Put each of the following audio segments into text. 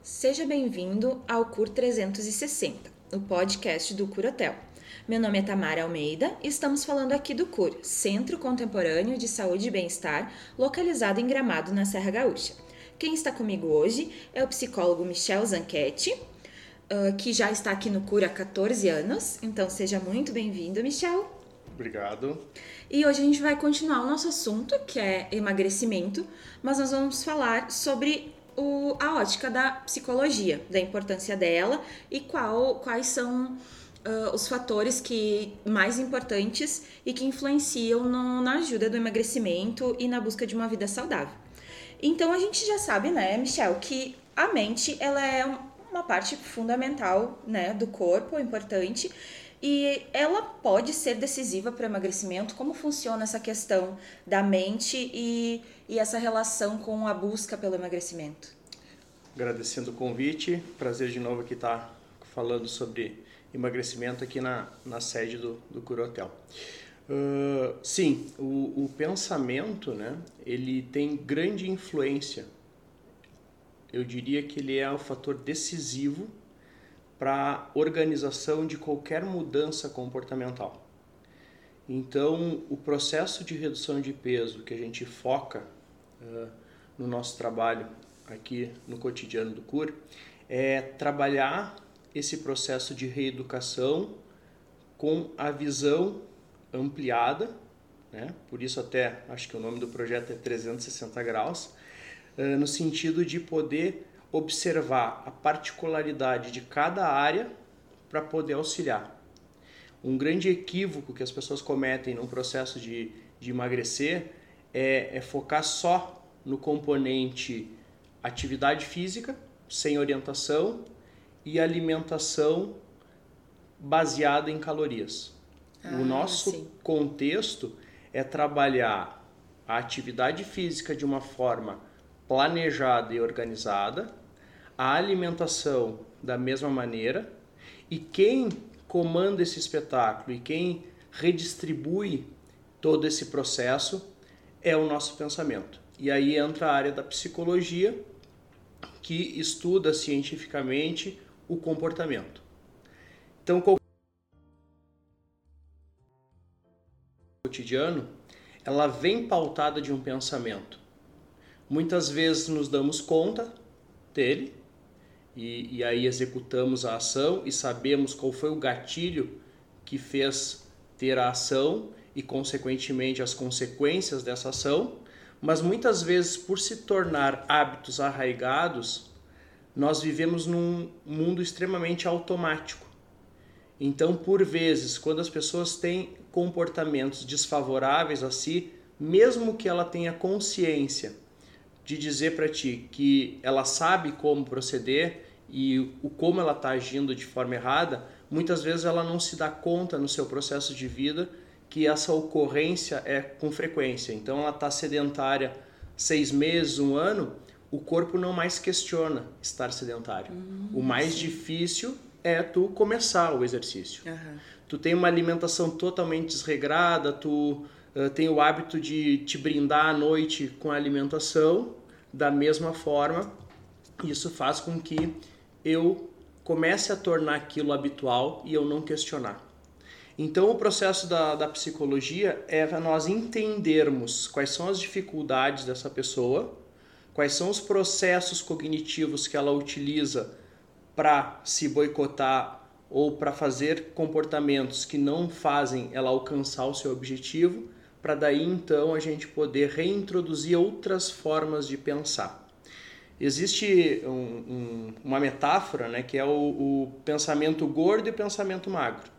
Seja bem-vindo ao CUR 360, o podcast do CUR Hotel. Meu nome é Tamara Almeida e estamos falando aqui do CUR, Centro Contemporâneo de Saúde e Bem-Estar, localizado em Gramado, na Serra Gaúcha. Quem está comigo hoje é o psicólogo Michel Zanchetti, que já está aqui no CUR há 14 anos, então seja muito bem-vindo, Michel. Obrigado. E hoje a gente vai continuar o nosso assunto, que é emagrecimento, mas nós vamos falar sobre a ótica da psicologia, da importância dela e quais são os fatores mais importantes e que influenciam na ajuda do emagrecimento e na busca de uma vida saudável. Então a gente já sabe, né, Michel, que a mente ela é uma parte fundamental, né, do corpo, importante, e ela pode ser decisiva para o emagrecimento. Como funciona essa questão da mente e essa relação com a busca pelo emagrecimento? Agradecendo o convite, prazer de novo aqui estar falando sobre emagrecimento aqui na sede do CUR Hotel. Sim, o pensamento, né, ele tem grande influência. Eu diria que ele é o fator decisivo para a organização de qualquer mudança comportamental. Então, o processo de redução de peso que a gente foca no nosso trabalho aqui no cotidiano do CUR é trabalhar esse processo de reeducação com a visão ampliada, né? Por isso até acho que o nome do projeto é 360 graus, no sentido de poder observar a particularidade de cada área para poder auxiliar. Um grande equívoco que as pessoas cometem no processo de emagrecer é focar só no componente atividade física, sem orientação, e alimentação baseada em calorias. O nosso contexto é trabalhar a atividade física de uma forma planejada e organizada, a alimentação da mesma maneira, e quem comanda esse espetáculo e quem redistribui todo esse processo é o nosso pensamento. E aí entra a área da psicologia, que estuda cientificamente o comportamento. Então, o cotidiano, ela vem pautada de um pensamento. Muitas vezes nos damos conta dele e aí executamos a ação e sabemos qual foi o gatilho que fez ter a ação e, consequentemente, as consequências dessa ação, mas muitas vezes, por se tornar hábitos arraigados, nós vivemos num mundo extremamente automático. Então, por vezes, quando as pessoas têm comportamentos desfavoráveis a si, mesmo que ela tenha consciência de dizer para ti que ela sabe como proceder e como ela está agindo de forma errada, muitas vezes ela não se dá conta no seu processo de vida que essa ocorrência é com frequência. Então ela está sedentária 6 meses, 1 ano, o corpo não mais questiona estar sedentário. O mais difícil é tu começar o exercício. Tu tem uma alimentação totalmente desregrada, tu tem o hábito de te brindar à noite com a alimentação, da mesma forma, isso faz com que eu comece a tornar aquilo habitual e eu não questionar. Então, o processo da psicologia é nós entendermos quais são as dificuldades dessa pessoa, quais são os processos cognitivos que ela utiliza para se boicotar ou para fazer comportamentos que não fazem ela alcançar o seu objetivo, para daí então a gente poder reintroduzir outras formas de pensar. Existe uma metáfora, né, que é o pensamento gordo e pensamento magro.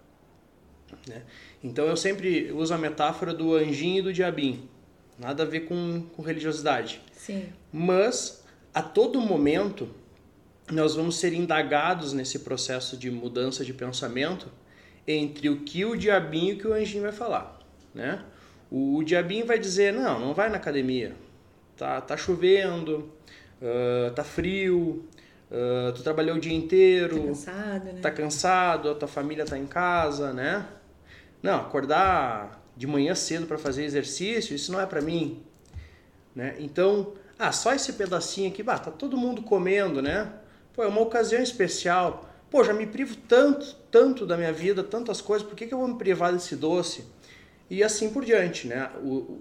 Né? Então eu sempre uso a metáfora do anjinho e do diabinho, nada a ver com religiosidade. Sim. Mas a todo momento nós vamos ser indagados nesse processo de mudança de pensamento entre o que o diabinho e o que o anjinho vai falar. Né? O diabinho vai dizer, não vai na academia, tá chovendo, tá frio, tu trabalhou o dia inteiro, tá cansado, a tua família tá em casa, né? Não, acordar de manhã cedo para fazer exercício, isso não é para mim, né? Então, só esse pedacinho aqui, tá todo mundo comendo, né? Pô, é uma ocasião especial. Pô, já me privo tanto da minha vida, tantas coisas, por que eu vou me privar desse doce? E assim por diante, né?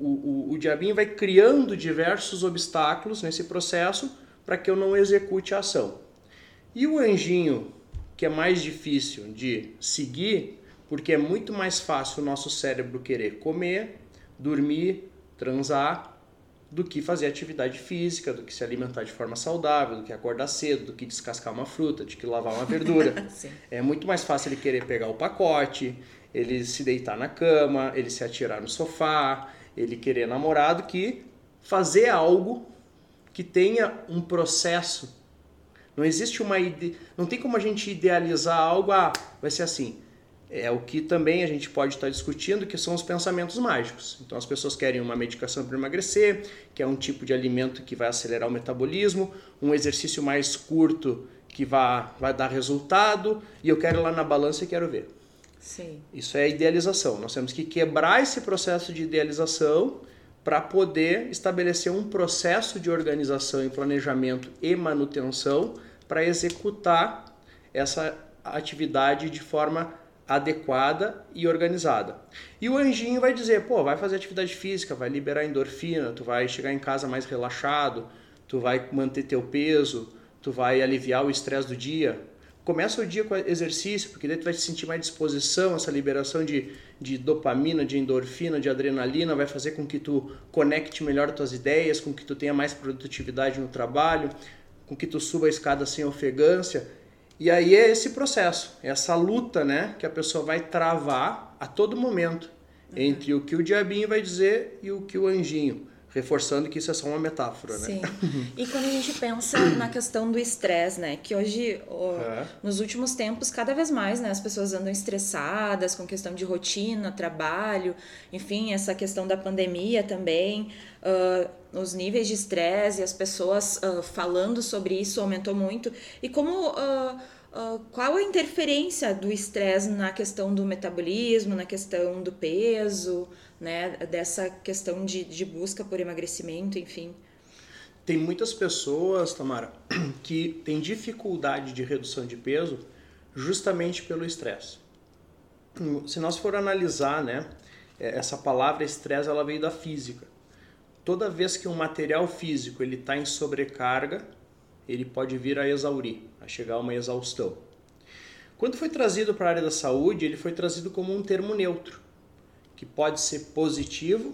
O diabinho vai criando diversos obstáculos nesse processo para que eu não execute a ação. E o anjinho, que é mais difícil de seguir, porque é muito mais fácil o nosso cérebro querer comer, dormir, transar, do que fazer atividade física, do que se alimentar de forma saudável, do que acordar cedo, do que descascar uma fruta, do que lavar uma verdura. É muito mais fácil ele querer pegar o pacote, ele se deitar na cama, ele se atirar no sofá, ele querer namorar, do que fazer algo que tenha um processo. Não existe não tem como a gente idealizar algo, vai ser assim. É o que também a gente pode estar discutindo, que são os pensamentos mágicos. Então as pessoas querem uma medicação para emagrecer, que é um tipo de alimento que vai acelerar o metabolismo, um exercício mais curto que vai dar resultado, e eu quero ir lá na balança e quero ver. Sim. Isso é idealização. Nós temos que quebrar esse processo de idealização para poder estabelecer um processo de organização e planejamento e manutenção para executar essa atividade de forma adequada e organizada. E o anjinho vai dizer, vai fazer atividade física, vai liberar endorfina, tu vai chegar em casa mais relaxado, tu vai manter teu peso, tu vai aliviar o estresse do dia. Começa o dia com exercício, porque daí tu vai te sentir mais disposição, essa liberação de dopamina, de endorfina, de adrenalina, vai fazer com que tu conecte melhor tuas ideias, com que tu tenha mais produtividade no trabalho, com que tu suba a escada sem ofegância. E aí é esse processo, essa luta, né, que a pessoa vai travar a todo momento entre o que o diabinho vai dizer e o que o anjinho, reforçando que isso é só uma metáfora, né? Sim. E quando a gente pensa na questão do estresse, né, que hoje, nos últimos tempos, cada vez mais, né, as pessoas andam estressadas com questão de rotina, trabalho, enfim, essa questão da pandemia também, os níveis de estresse e as pessoas falando sobre isso aumentou muito. E como... qual a interferência do estresse na questão do metabolismo, na questão do peso, né, dessa questão de busca por emagrecimento, enfim? Tem muitas pessoas, Tamara, que têm dificuldade de redução de peso justamente pelo estresse. Se nós for analisar, né, essa palavra estresse, ela veio da física. Toda vez que um material físico ele está em sobrecarga, ele pode vir a exaurir, a chegar a uma exaustão. Quando foi trazido para a área da saúde, ele foi trazido como um termo neutro, que pode ser positivo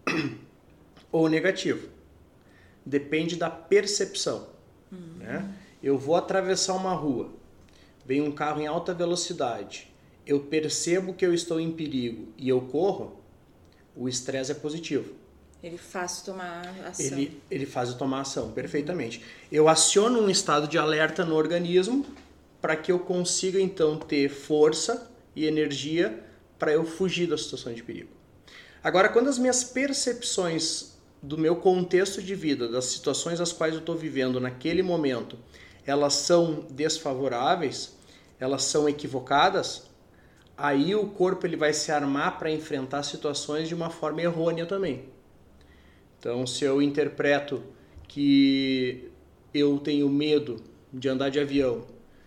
ou negativo. Depende da percepção. Né? Eu vou atravessar uma rua, vem um carro em alta velocidade, eu percebo que eu estou em perigo e eu corro, o estresse é positivo. Ele faz tomar ação. Ele faz eu tomar ação, perfeitamente. Eu aciono um estado de alerta no organismo para que eu consiga, então, ter força e energia para eu fugir da situação de perigo. Agora, quando as minhas percepções do meu contexto de vida, das situações as quais eu estou vivendo naquele momento, elas são desfavoráveis, elas são equivocadas, aí o corpo ele vai se armar para enfrentar situações de uma forma errônea também. Então, se eu interpreto que eu tenho medo de andar de avião,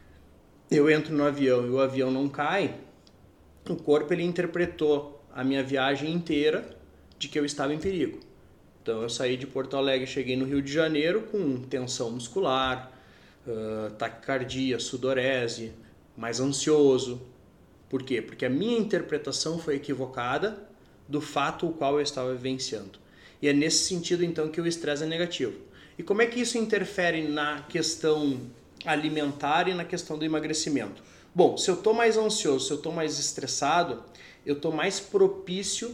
eu entro no avião e o avião não cai, o corpo ele interpretou a minha viagem inteira de que eu estava em perigo. Então, eu saí de Porto Alegre, cheguei no Rio de Janeiro com tensão muscular, taquicardia, sudorese, mais ansioso. Por quê? Porque a minha interpretação foi equivocada do fato o qual eu estava vivenciando. E é nesse sentido, então, que o estresse é negativo. E como é que isso interfere na questão alimentar e na questão do emagrecimento? Bom, se eu estou mais ansioso, se eu estou mais estressado, eu estou mais propício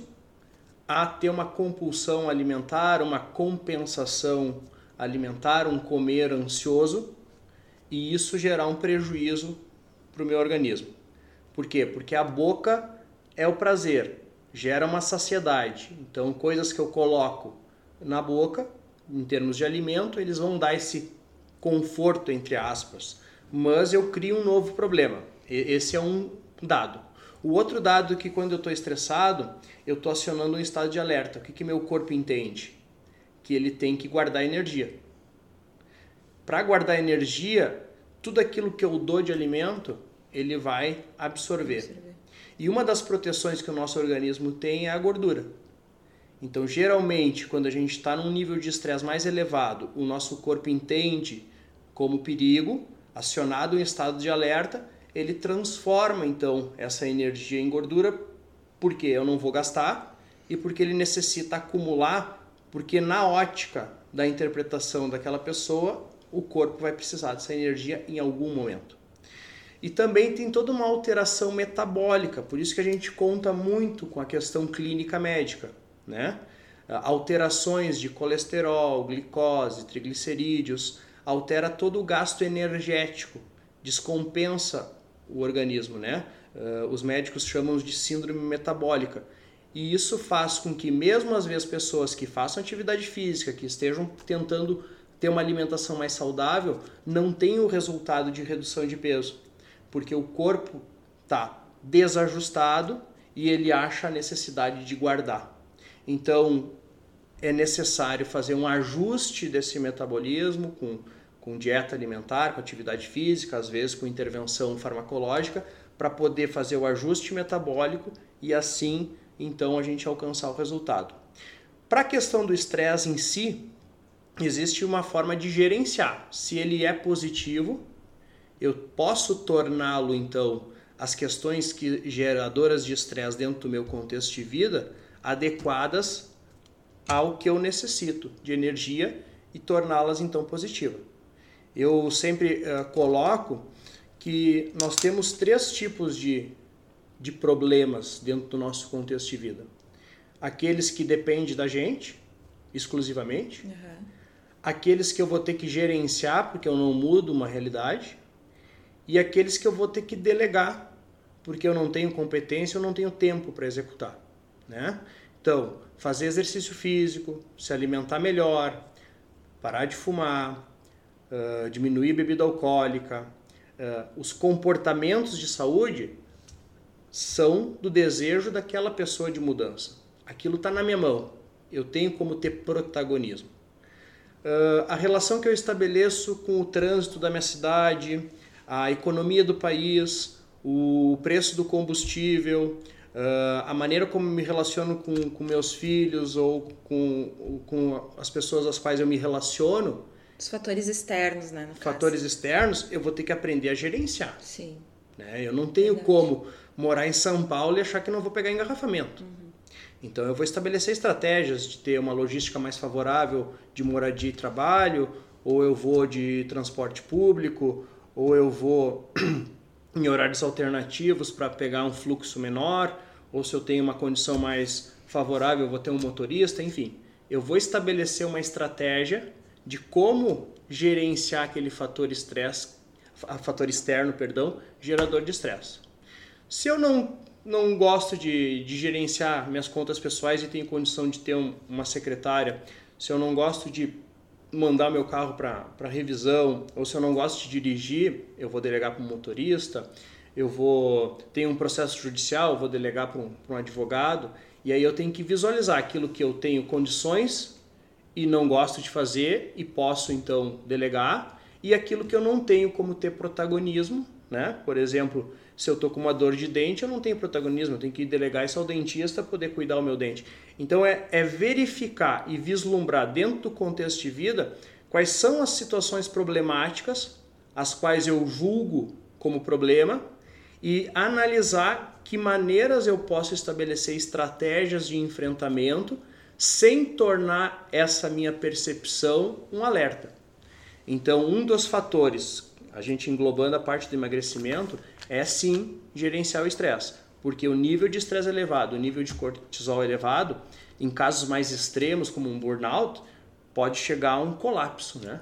a ter uma compulsão alimentar, uma compensação alimentar, um comer ansioso, e isso gerar um prejuízo para o meu organismo. Por quê? Porque a boca é o prazer, gera uma saciedade. Então, coisas que eu coloco na boca, em termos de alimento, eles vão dar esse conforto, entre aspas. Mas eu crio um novo problema. Esse é um dado. O outro dado é que quando eu estou estressado, eu estou acionando um estado de alerta. O que meu corpo entende? Que ele tem que guardar energia. Para guardar energia, tudo aquilo que eu dou de alimento, ele vai absorver. E uma das proteções que o nosso organismo tem é a gordura. Então, geralmente, quando a gente está num nível de estresse mais elevado, o nosso corpo entende como perigo, acionado em estado de alerta, ele transforma, então, essa energia em gordura, porque eu não vou gastar e porque ele necessita acumular, porque na ótica da interpretação daquela pessoa, o corpo vai precisar dessa energia em algum momento. E também tem toda uma alteração metabólica, por isso que a gente conta muito com a questão clínica médica, né? Alterações de colesterol, glicose, triglicerídeos, altera todo o gasto energético, descompensa o organismo, né? Os médicos chamam de síndrome metabólica. E isso faz com que mesmo às vezes pessoas que façam atividade física, que estejam tentando ter uma alimentação mais saudável, não tenham o resultado de redução de peso, porque o corpo está desajustado e ele acha a necessidade de guardar. Então, é necessário fazer um ajuste desse metabolismo com dieta alimentar, com atividade física, às vezes com intervenção farmacológica, para poder fazer o ajuste metabólico e assim, então, a gente alcançar o resultado. Para a questão do estresse em si, existe uma forma de gerenciar. Se ele é positivo, eu posso torná-lo, então, as questões geradoras de estresse dentro do meu contexto de vida adequadas ao que eu necessito de energia e torná-las, então, positivas. Eu sempre coloco que nós temos 3 tipos de problemas dentro do nosso contexto de vida. Aqueles que dependem da gente, exclusivamente. Aqueles que eu vou ter que gerenciar, porque eu não mudo uma realidade. E aqueles que eu vou ter que delegar, porque eu não tenho competência, eu não tenho tempo para executar, né? Então, fazer exercício físico, se alimentar melhor, parar de fumar, diminuir bebida alcoólica. Os comportamentos de saúde são do desejo daquela pessoa de mudança. Aquilo está na minha mão. Eu tenho como ter protagonismo. A relação que eu estabeleço com o trânsito da minha cidade, a economia do país, o preço do combustível, a maneira como me relaciono com meus filhos ou com as pessoas às quais eu me relaciono. Os fatores externos, né? Fatores externos, eu vou ter que aprender a gerenciar. Sim. Né? Eu não tenho como morar em São Paulo e achar que não vou pegar engarrafamento. Então eu vou estabelecer estratégias de ter uma logística mais favorável de moradia e trabalho, ou eu vou de transporte público, ou eu vou em horários alternativos para pegar um fluxo menor, ou se eu tenho uma condição mais favorável, eu vou ter um motorista, enfim. Eu vou estabelecer uma estratégia de como gerenciar aquele fator externo, gerador de estresse. Se eu não gosto de gerenciar minhas contas pessoais e tenho condição de ter uma secretária, se eu não gosto de mandar meu carro para revisão, ou se eu não gosto de dirigir, eu vou delegar para um motorista, tenho um processo judicial, eu vou delegar para um advogado, e aí eu tenho que visualizar aquilo que eu tenho condições e não gosto de fazer e posso então delegar, e aquilo que eu não tenho como ter protagonismo, né? Por exemplo, se eu estou com uma dor de dente, eu não tenho protagonismo, eu tenho que delegar isso ao dentista para poder cuidar do meu dente. Então é verificar e vislumbrar dentro do contexto de vida quais são as situações problemáticas, as quais eu julgo como problema, e analisar que maneiras eu posso estabelecer estratégias de enfrentamento sem tornar essa minha percepção um alerta. Então, um dos fatores, a gente englobando a parte do emagrecimento, é sim gerenciar o estresse, porque o nível de estresse elevado, o nível de cortisol elevado, em casos mais extremos como um burnout, pode chegar a um colapso, né?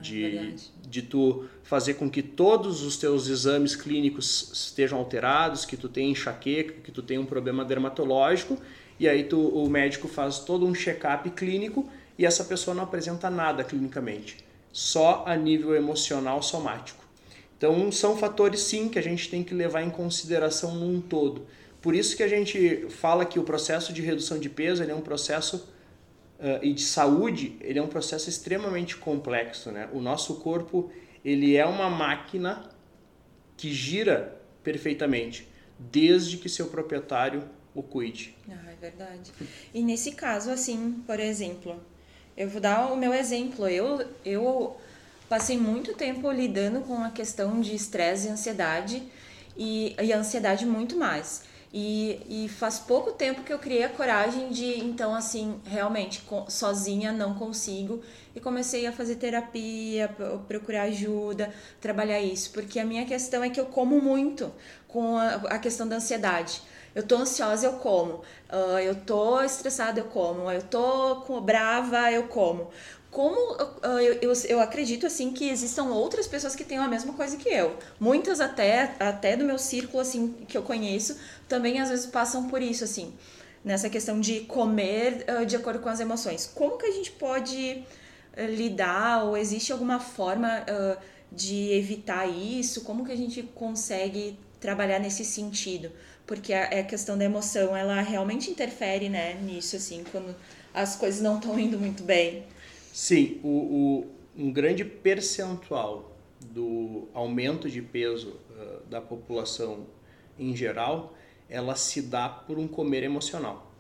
De tu fazer com que todos os teus exames clínicos estejam alterados, que tu tenha enxaqueca, que tu tenha um problema dermatológico, e aí o médico faz todo um check-up clínico e essa pessoa não apresenta nada clinicamente, só a nível emocional somático. Então são fatores sim que a gente tem que levar em consideração num todo. Por isso que a gente fala que o processo de redução de peso ele é um processo e de saúde, ele é um processo extremamente complexo, né? O nosso corpo ele é uma máquina que gira perfeitamente, desde que seu proprietário o cuide. É verdade. E nesse caso, assim, por exemplo, eu vou dar o meu exemplo. Eu passei muito tempo lidando com a questão de estresse e ansiedade, e a ansiedade muito mais. E faz pouco tempo que eu criei a coragem de, então, assim, realmente, sozinha não consigo. E comecei a fazer terapia, procurar ajuda, trabalhar isso. Porque a minha questão é que eu como muito com a questão da ansiedade. Eu tô ansiosa, eu como. Eu tô estressada, eu como. Eu tô brava, eu como. Como eu acredito assim que existam outras pessoas que tenham a mesma coisa que eu. Muitas até do meu círculo assim que eu conheço também às vezes passam por isso assim, nessa questão de comer de acordo com as emoções. Como que a gente pode lidar, ou existe alguma forma de evitar isso? Como que a gente consegue trabalhar nesse sentido? Porque a questão da emoção, ela realmente interfere, né, nisso assim, quando as coisas não estão indo muito bem. Sim, um grande percentual do aumento de peso da população em geral, ela se dá por um comer emocional.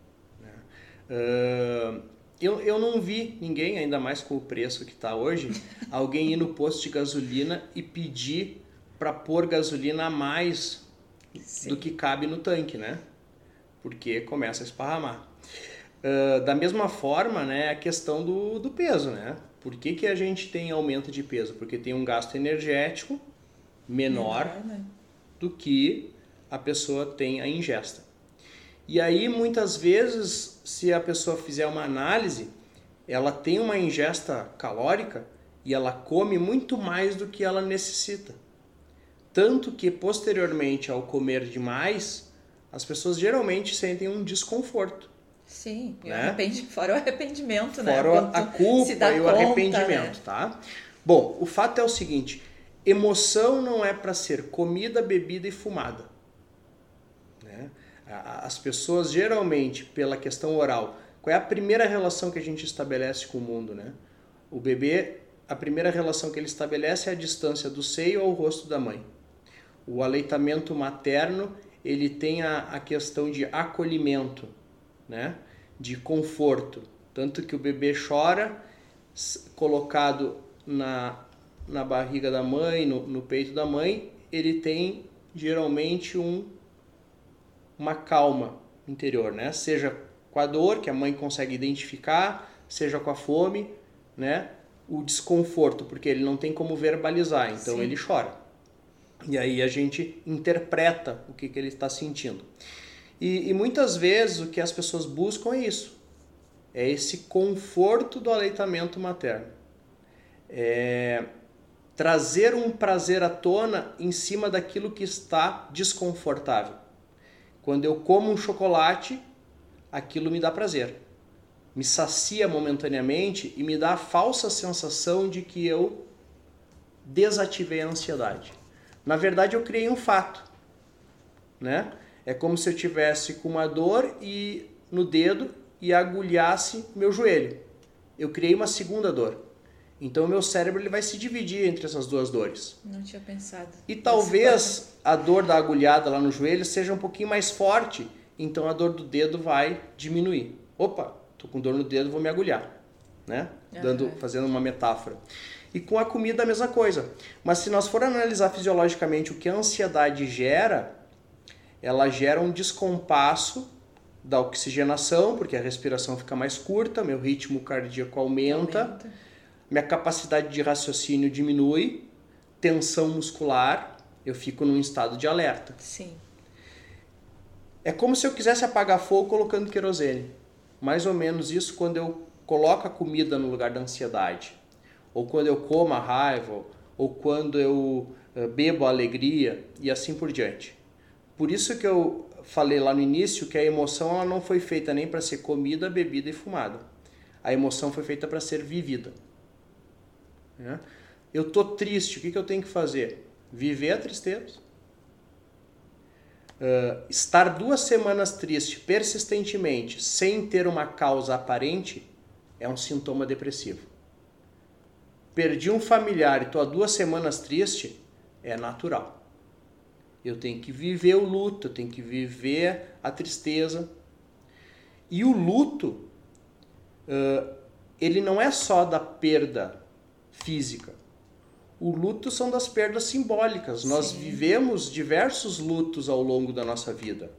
Né? Eu não vi ninguém, ainda mais com o preço que está hoje, alguém ir no posto de gasolina e pedir para pôr gasolina a mais Sim. do que cabe no tanque, né? Porque começa a esparramar. Da mesma forma, né, a questão do peso, né? Por que a gente tem aumento de peso? Porque tem um gasto energético menor né? do que a pessoa tem a ingesta. E aí, muitas vezes, se a pessoa fizer uma análise, ela tem uma ingesta calórica e ela come muito mais do que ela necessita. Tanto que, posteriormente, ao comer demais, as pessoas geralmente sentem um desconforto. Sim, né? Fora o arrependimento, né? Fora a culpa e o arrependimento, né? Tá? Bom, o fato é o seguinte, emoção não é para ser comida, bebida e fumada. Né? As pessoas geralmente, pela questão oral, qual é a primeira relação que a gente estabelece com o mundo, né? O bebê, a primeira relação que ele estabelece é a distância do seio ao rosto da mãe. O aleitamento materno, ele tem a questão de acolhimento, né? De conforto, tanto que o bebê chora colocado na barriga da mãe, no peito da mãe, ele tem geralmente uma calma interior, né? Seja com a dor, que a mãe consegue identificar, seja com a fome, né? O desconforto, porque ele não tem como verbalizar, então Sim. ele chora. E aí a gente interpreta o que ele está sentindo. E muitas vezes o que as pessoas buscam é isso. É esse conforto do aleitamento materno. É trazer um prazer à tona em cima daquilo que está desconfortável. Quando eu como um chocolate, aquilo me dá prazer. Me sacia momentaneamente e me dá a falsa sensação de que eu desativei a ansiedade. Na verdade, eu criei um fato, né? É como se eu tivesse com uma dor no dedo e agulhasse meu joelho. Eu criei uma segunda dor. Então o meu cérebro ele vai se dividir entre essas duas dores. Não tinha pensado. E talvez a dor da agulhada lá no joelho seja um pouquinho mais forte, então a dor do dedo vai diminuir. Opa, tô com dor no dedo, vou me agulhar, né? Fazendo uma metáfora. E com a comida a mesma coisa. Mas se nós for analisar fisiologicamente o que a ansiedade gera, ela gera um descompasso da oxigenação, porque a respiração fica mais curta, meu ritmo cardíaco aumenta. Minha capacidade de raciocínio diminui, tensão muscular, eu fico num estado de alerta. Sim. É como se eu quisesse apagar fogo colocando querosene. Mais ou menos isso quando eu coloco a comida no lugar da ansiedade. Ou quando eu como a raiva, ou quando eu bebo a alegria e assim por diante. Por isso que eu falei lá no início que a emoção ela não foi feita nem para ser comida, bebida e fumada. A emoção foi feita para ser vivida. Eu tô triste, o que eu tenho que fazer? Viver a tristeza. Estar 2 semanas triste persistentemente, sem ter uma causa aparente, é um sintoma depressivo. perdi um familiar e tô há 2 semanas triste, é natural. Eu tenho que viver o luto, eu tenho que viver a tristeza. E o luto, ele não é só da perda física. O luto são das perdas simbólicas. Sim. Nós vivemos diversos lutos ao longo da nossa vida.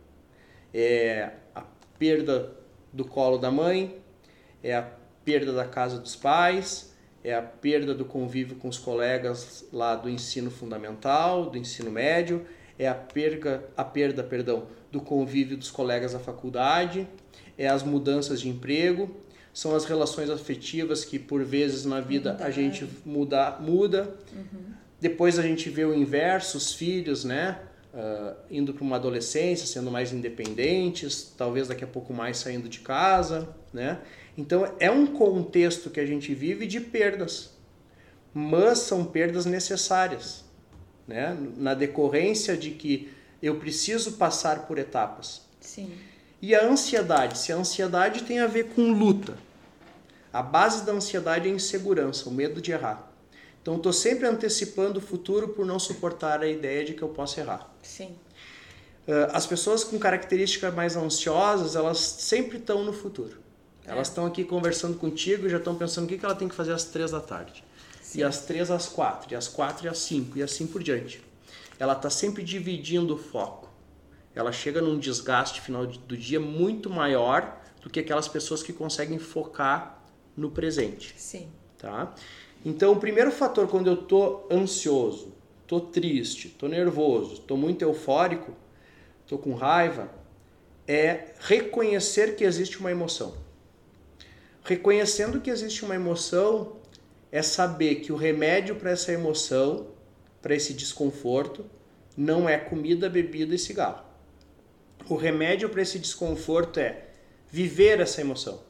É a perda do colo da mãe, é a perda da casa dos pais, é a perda do convívio com os colegas lá do ensino fundamental, do ensino médio, é a perda do convívio dos colegas da faculdade, é as mudanças de emprego, são as relações afetivas que por vezes na vida a gente muda. Uhum. Depois a gente vê o inverso, os filhos, né? Indo para uma adolescência, sendo mais independentes, talvez daqui a pouco mais saindo de casa, né? Então é um contexto que a gente vive de perdas, mas são perdas necessárias, né? Na decorrência de que eu preciso passar por etapas. Sim. E a ansiedade, se a ansiedade tem a ver com luta, a base da ansiedade é a insegurança, o medo de errar. Então estou sempre antecipando o futuro por não suportar a ideia de que eu possa errar. Sim. As pessoas com características mais ansiosas, elas sempre estão no futuro. Elas estão aqui conversando contigo e já estão pensando o que ela tem que fazer às 3 da tarde. Sim. E às 3 às 4, e às 4 às 5, e assim por diante. Ela está sempre dividindo o foco. Ela chega num desgaste final do dia muito maior do que aquelas pessoas que conseguem focar no presente. Sim. Tá? Então, o primeiro fator, quando eu estou ansioso, estou triste, estou nervoso, estou muito eufórico, estou com raiva, é reconhecer que existe uma emoção. Reconhecendo que existe uma emoção é saber que o remédio para essa emoção, para esse desconforto, não é comida, bebida e cigarro. O remédio para esse desconforto é viver essa emoção.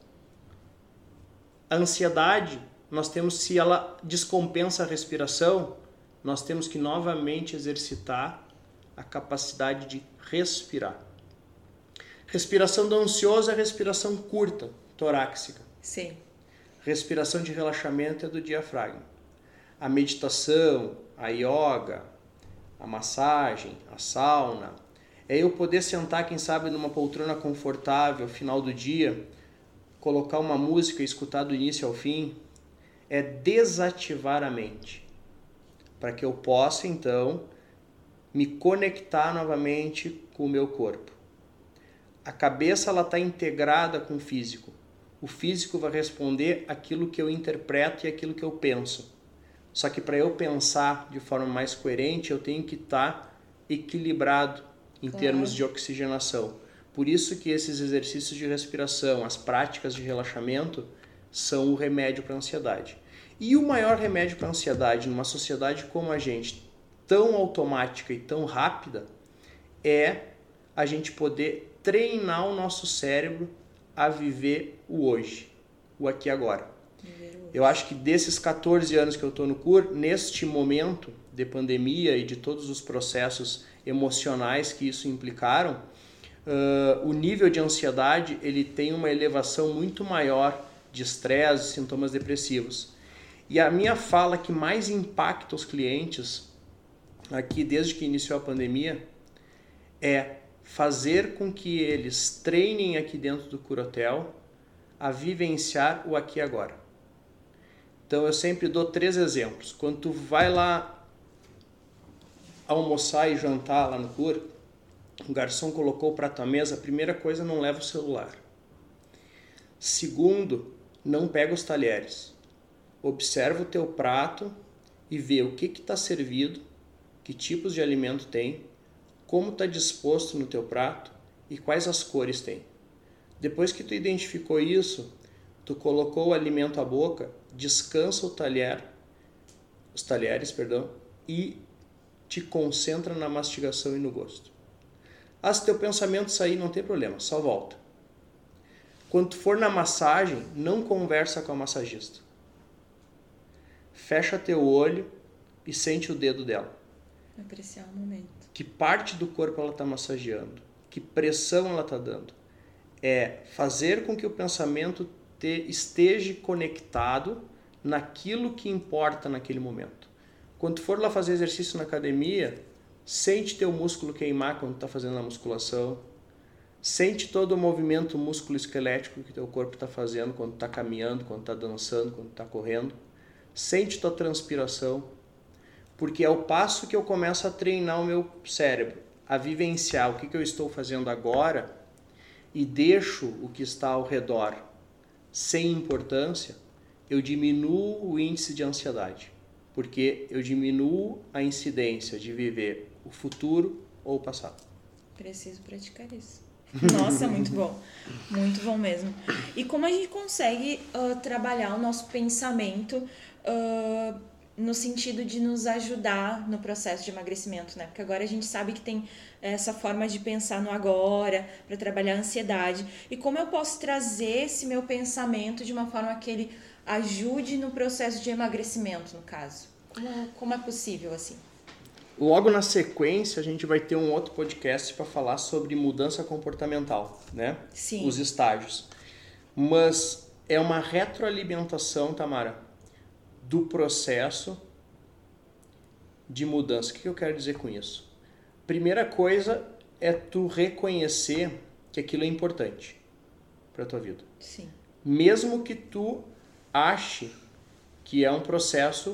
A ansiedade, nós temos, se ela descompensa a respiração, nós temos que novamente exercitar a capacidade de respirar. Respiração do ansioso é respiração curta, torácica. Sim. Respiração de relaxamento é do diafragma. A meditação, a yoga, a massagem, a sauna, é eu poder sentar, quem sabe, numa poltrona confortável, ao final do dia, colocar uma música e escutar do início ao fim, é desativar a mente, para que eu possa, então, me conectar novamente com o meu corpo. A cabeça ela está integrada com o físico. O físico vai responder aquilo que eu interpreto e aquilo que eu penso. Só que para eu pensar de forma mais coerente, eu tenho que estar equilibrado em termos de oxigenação. Por isso que esses exercícios de respiração, as práticas de relaxamento, são o remédio para a ansiedade. E o maior remédio para a ansiedade numa sociedade como a gente, tão automática e tão rápida, é a gente poder treinar o nosso cérebro a viver o hoje, o aqui e agora. Eu acho que desses 14 anos que eu estou no CUR, neste momento de pandemia e de todos os processos emocionais que isso implicaram, o nível de ansiedade ele tem uma elevação muito maior de estresse, sintomas depressivos. E a minha fala que mais impacta os clientes aqui desde que iniciou a pandemia é fazer com que eles treinem aqui dentro do CUR Hotel a vivenciar o aqui e agora. Então eu sempre dou 3 exemplos. Quando tu vai lá almoçar e jantar lá no CUR, o garçom colocou o prato à mesa, a primeira coisa, não leva o celular. Segundo, não pega os talheres. Observa o teu prato e vê o que está servido, que tipos de alimento tem, como está disposto no teu prato e quais as cores tem. Depois que tu identificou isso, tu colocou o alimento à boca, descansa os talheres, e te concentra na mastigação e no gosto. Se teu pensamento sair, não tem problema, só volta. Quando tu for na massagem, não conversa com a massagista. Fecha teu olho e sente o dedo dela. Apreciar o momento. Que parte do corpo ela está massageando? Que pressão ela está dando? É fazer com que o pensamento esteja conectado naquilo que importa naquele momento. Quando tu for lá fazer exercício na academia, sente teu músculo queimar quando tu está fazendo a musculação. Sente todo o movimento músculo-esquelético que teu corpo está fazendo quando está caminhando, quando está dançando, quando está correndo. Sente tua transpiração, porque é o passo que eu começo a treinar o meu cérebro, a vivenciar o que eu estou fazendo agora e deixo o que está ao redor sem importância, eu diminuo o índice de ansiedade, porque eu diminuo a incidência de viver o futuro ou o passado. Preciso praticar isso. Nossa, muito bom mesmo. E como a gente consegue trabalhar o nosso pensamento no sentido de nos ajudar no processo de emagrecimento, né? Porque agora a gente sabe que tem essa forma de pensar no agora, para trabalhar a ansiedade. E como eu posso trazer esse meu pensamento de uma forma que ele ajude no processo de emagrecimento, no caso? Como é possível, assim? Logo na sequência, a gente vai ter um outro podcast para falar sobre mudança comportamental, né? Sim. Os estágios. Mas é uma retroalimentação, Tamara, do processo de mudança. O que eu quero dizer com isso? Primeira coisa é tu reconhecer que aquilo é importante para a tua vida. Sim. Mesmo que tu ache que é um processo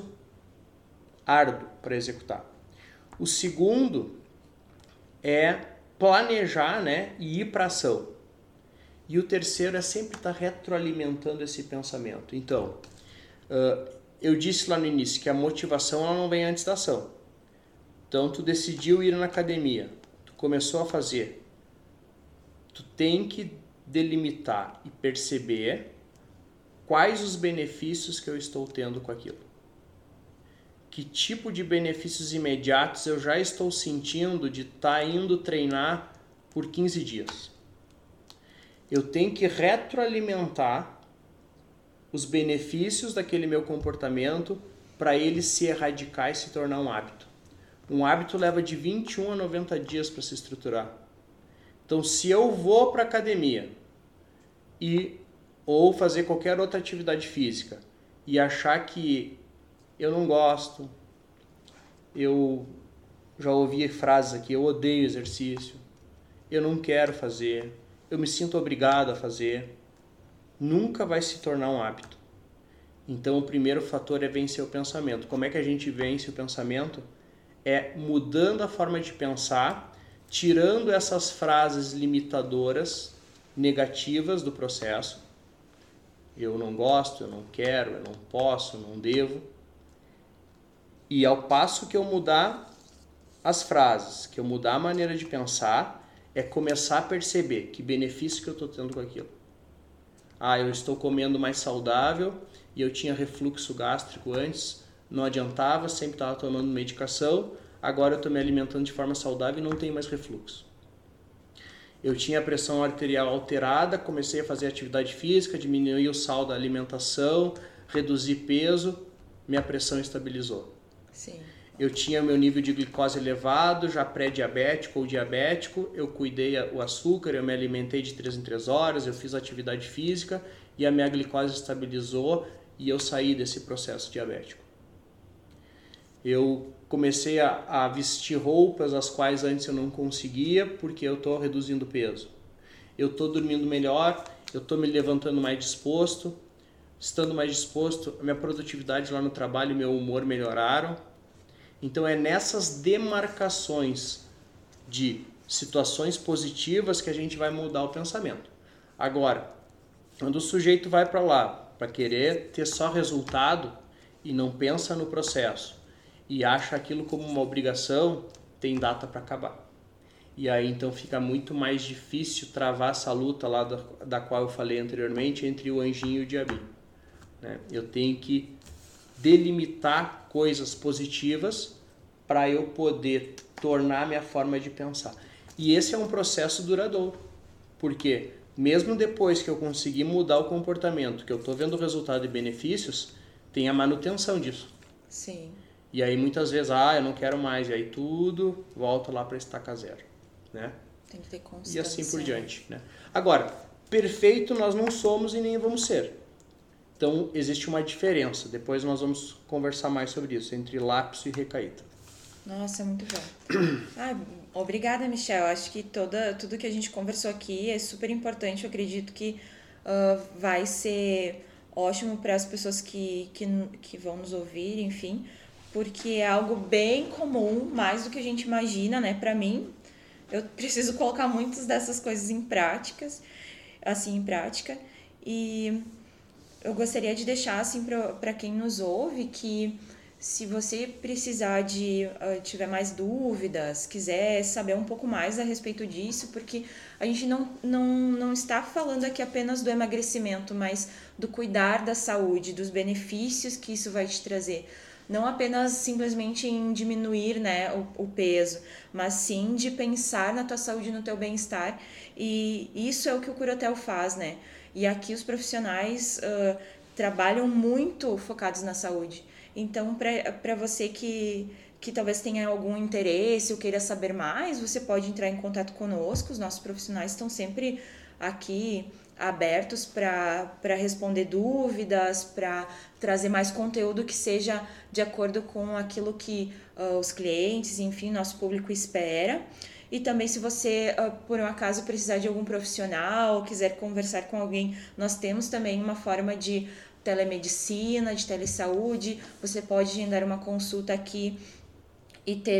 árduo para executar. O segundo é planejar, né, e ir para ação. E o terceiro é sempre estar retroalimentando esse pensamento. Então, eu disse lá no início que a motivação ela não vem antes da ação. Então, tu decidiu ir na academia, tu começou a fazer. Tu tem que delimitar e perceber quais os benefícios que eu estou tendo com aquilo. Que tipo de benefícios imediatos eu já estou sentindo de estar indo treinar por 15 dias. Eu tenho que retroalimentar os benefícios daquele meu comportamento para ele se erradicar e se tornar um hábito. Um hábito leva de 21 a 90 dias para se estruturar. Então, se eu vou para a academia ou fazer qualquer outra atividade física e achar que eu não gosto, eu já ouvi frases aqui, eu odeio exercício, eu não quero fazer, eu me sinto obrigado a fazer, nunca vai se tornar um hábito. Então o primeiro fator é vencer o pensamento. Como é que a gente vence o pensamento? É mudando a forma de pensar, tirando essas frases limitadoras, negativas do processo. Eu não gosto, eu não quero, eu não posso, eu não devo. E ao passo que eu mudar as frases, que eu mudar a maneira de pensar, é começar a perceber que benefício que eu estou tendo com aquilo. Eu estou comendo mais saudável e eu tinha refluxo gástrico antes, não adiantava, sempre estava tomando medicação, agora eu estou me alimentando de forma saudável e não tenho mais refluxo. Eu tinha a pressão arterial alterada, comecei a fazer atividade física, diminuí o sal da alimentação, reduzi peso, minha pressão estabilizou. Sim. Eu tinha meu nível de glicose elevado, já pré-diabético ou diabético, eu cuidei o açúcar, eu me alimentei de 3 em 3 horas, eu fiz atividade física e a minha glicose estabilizou e eu saí desse processo diabético. Eu comecei a vestir roupas as quais antes eu não conseguia porque eu estou reduzindo peso. Eu estou dormindo melhor, eu estou me levantando mais disposto. Estando mais disposto, a minha produtividade lá no trabalho e meu humor melhoraram. Então é nessas demarcações de situações positivas que a gente vai mudar o pensamento. Agora, quando o sujeito vai para lá para querer ter só resultado e não pensa no processo e acha aquilo como uma obrigação, tem data para acabar. E aí então fica muito mais difícil travar essa luta lá da qual eu falei anteriormente entre o anjinho e o diabinho. Eu tenho que delimitar coisas positivas para eu poder tornar minha forma de pensar. E esse é um processo duradouro, porque mesmo depois que eu conseguir mudar o comportamento, que eu estou vendo o resultado e benefícios, tem a manutenção disso. Sim. E aí muitas vezes, eu não quero mais, e aí tudo volta lá para estaca zero, né? Tem que ter constância. E assim por diante, né? Agora, perfeito nós não somos e nem vamos ser. Então, existe uma diferença. Depois nós vamos conversar mais sobre isso, entre lapso e recaída. Nossa, muito bom. Obrigada, Michel. Acho que tudo que a gente conversou aqui é super importante. Eu acredito que vai ser ótimo para as pessoas que vão nos ouvir, enfim, porque é algo bem comum, mais do que a gente imagina, né? Para mim, eu preciso colocar muitas dessas coisas em prática, e eu gostaria de deixar assim para quem nos ouve que se você precisar tiver mais dúvidas, quiser saber um pouco mais a respeito disso, porque a gente não está falando aqui apenas do emagrecimento, mas do cuidar da saúde, dos benefícios que isso vai te trazer. Não apenas simplesmente em diminuir, né, o peso, mas sim de pensar na tua saúde e no teu bem-estar. E isso é o que o Curotel faz, né? E aqui os profissionais trabalham muito focados na saúde. Então, para você que talvez tenha algum interesse ou queira saber mais, você pode entrar em contato conosco. Os nossos profissionais estão sempre aqui abertos para responder dúvidas, para trazer mais conteúdo que seja de acordo com aquilo que os clientes, enfim, nosso público espera. E também, se você, por um acaso, precisar de algum profissional, quiser conversar com alguém, nós temos também uma forma de telemedicina, de telesaúde. Você pode agendar uma consulta aqui e ter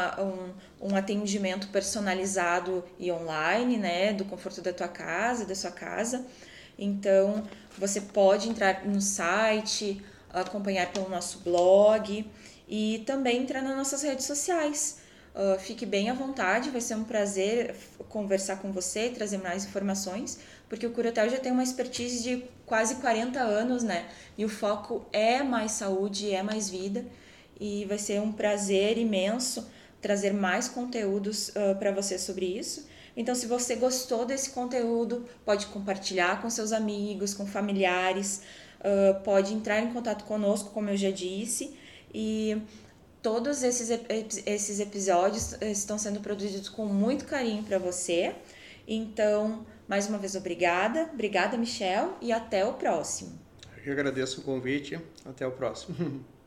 um atendimento personalizado e online, né, do conforto da tua casa, da sua casa. Então, você pode entrar no site, acompanhar pelo nosso blog e também entrar nas nossas redes sociais. Fique bem à vontade, vai ser um prazer conversar com você e trazer mais informações, porque o Curotel já tem uma expertise de quase 40 anos, né? E o foco é mais saúde, é mais vida, e vai ser um prazer imenso trazer mais conteúdos para você sobre isso. Então, se você gostou desse conteúdo, pode compartilhar com seus amigos, com familiares, pode entrar em contato conosco, como eu já disse, e todos esses episódios estão sendo produzidos com muito carinho para você. Então, mais uma vez, obrigada. Obrigada, Michel, e até o próximo. Eu agradeço o convite. Até o próximo.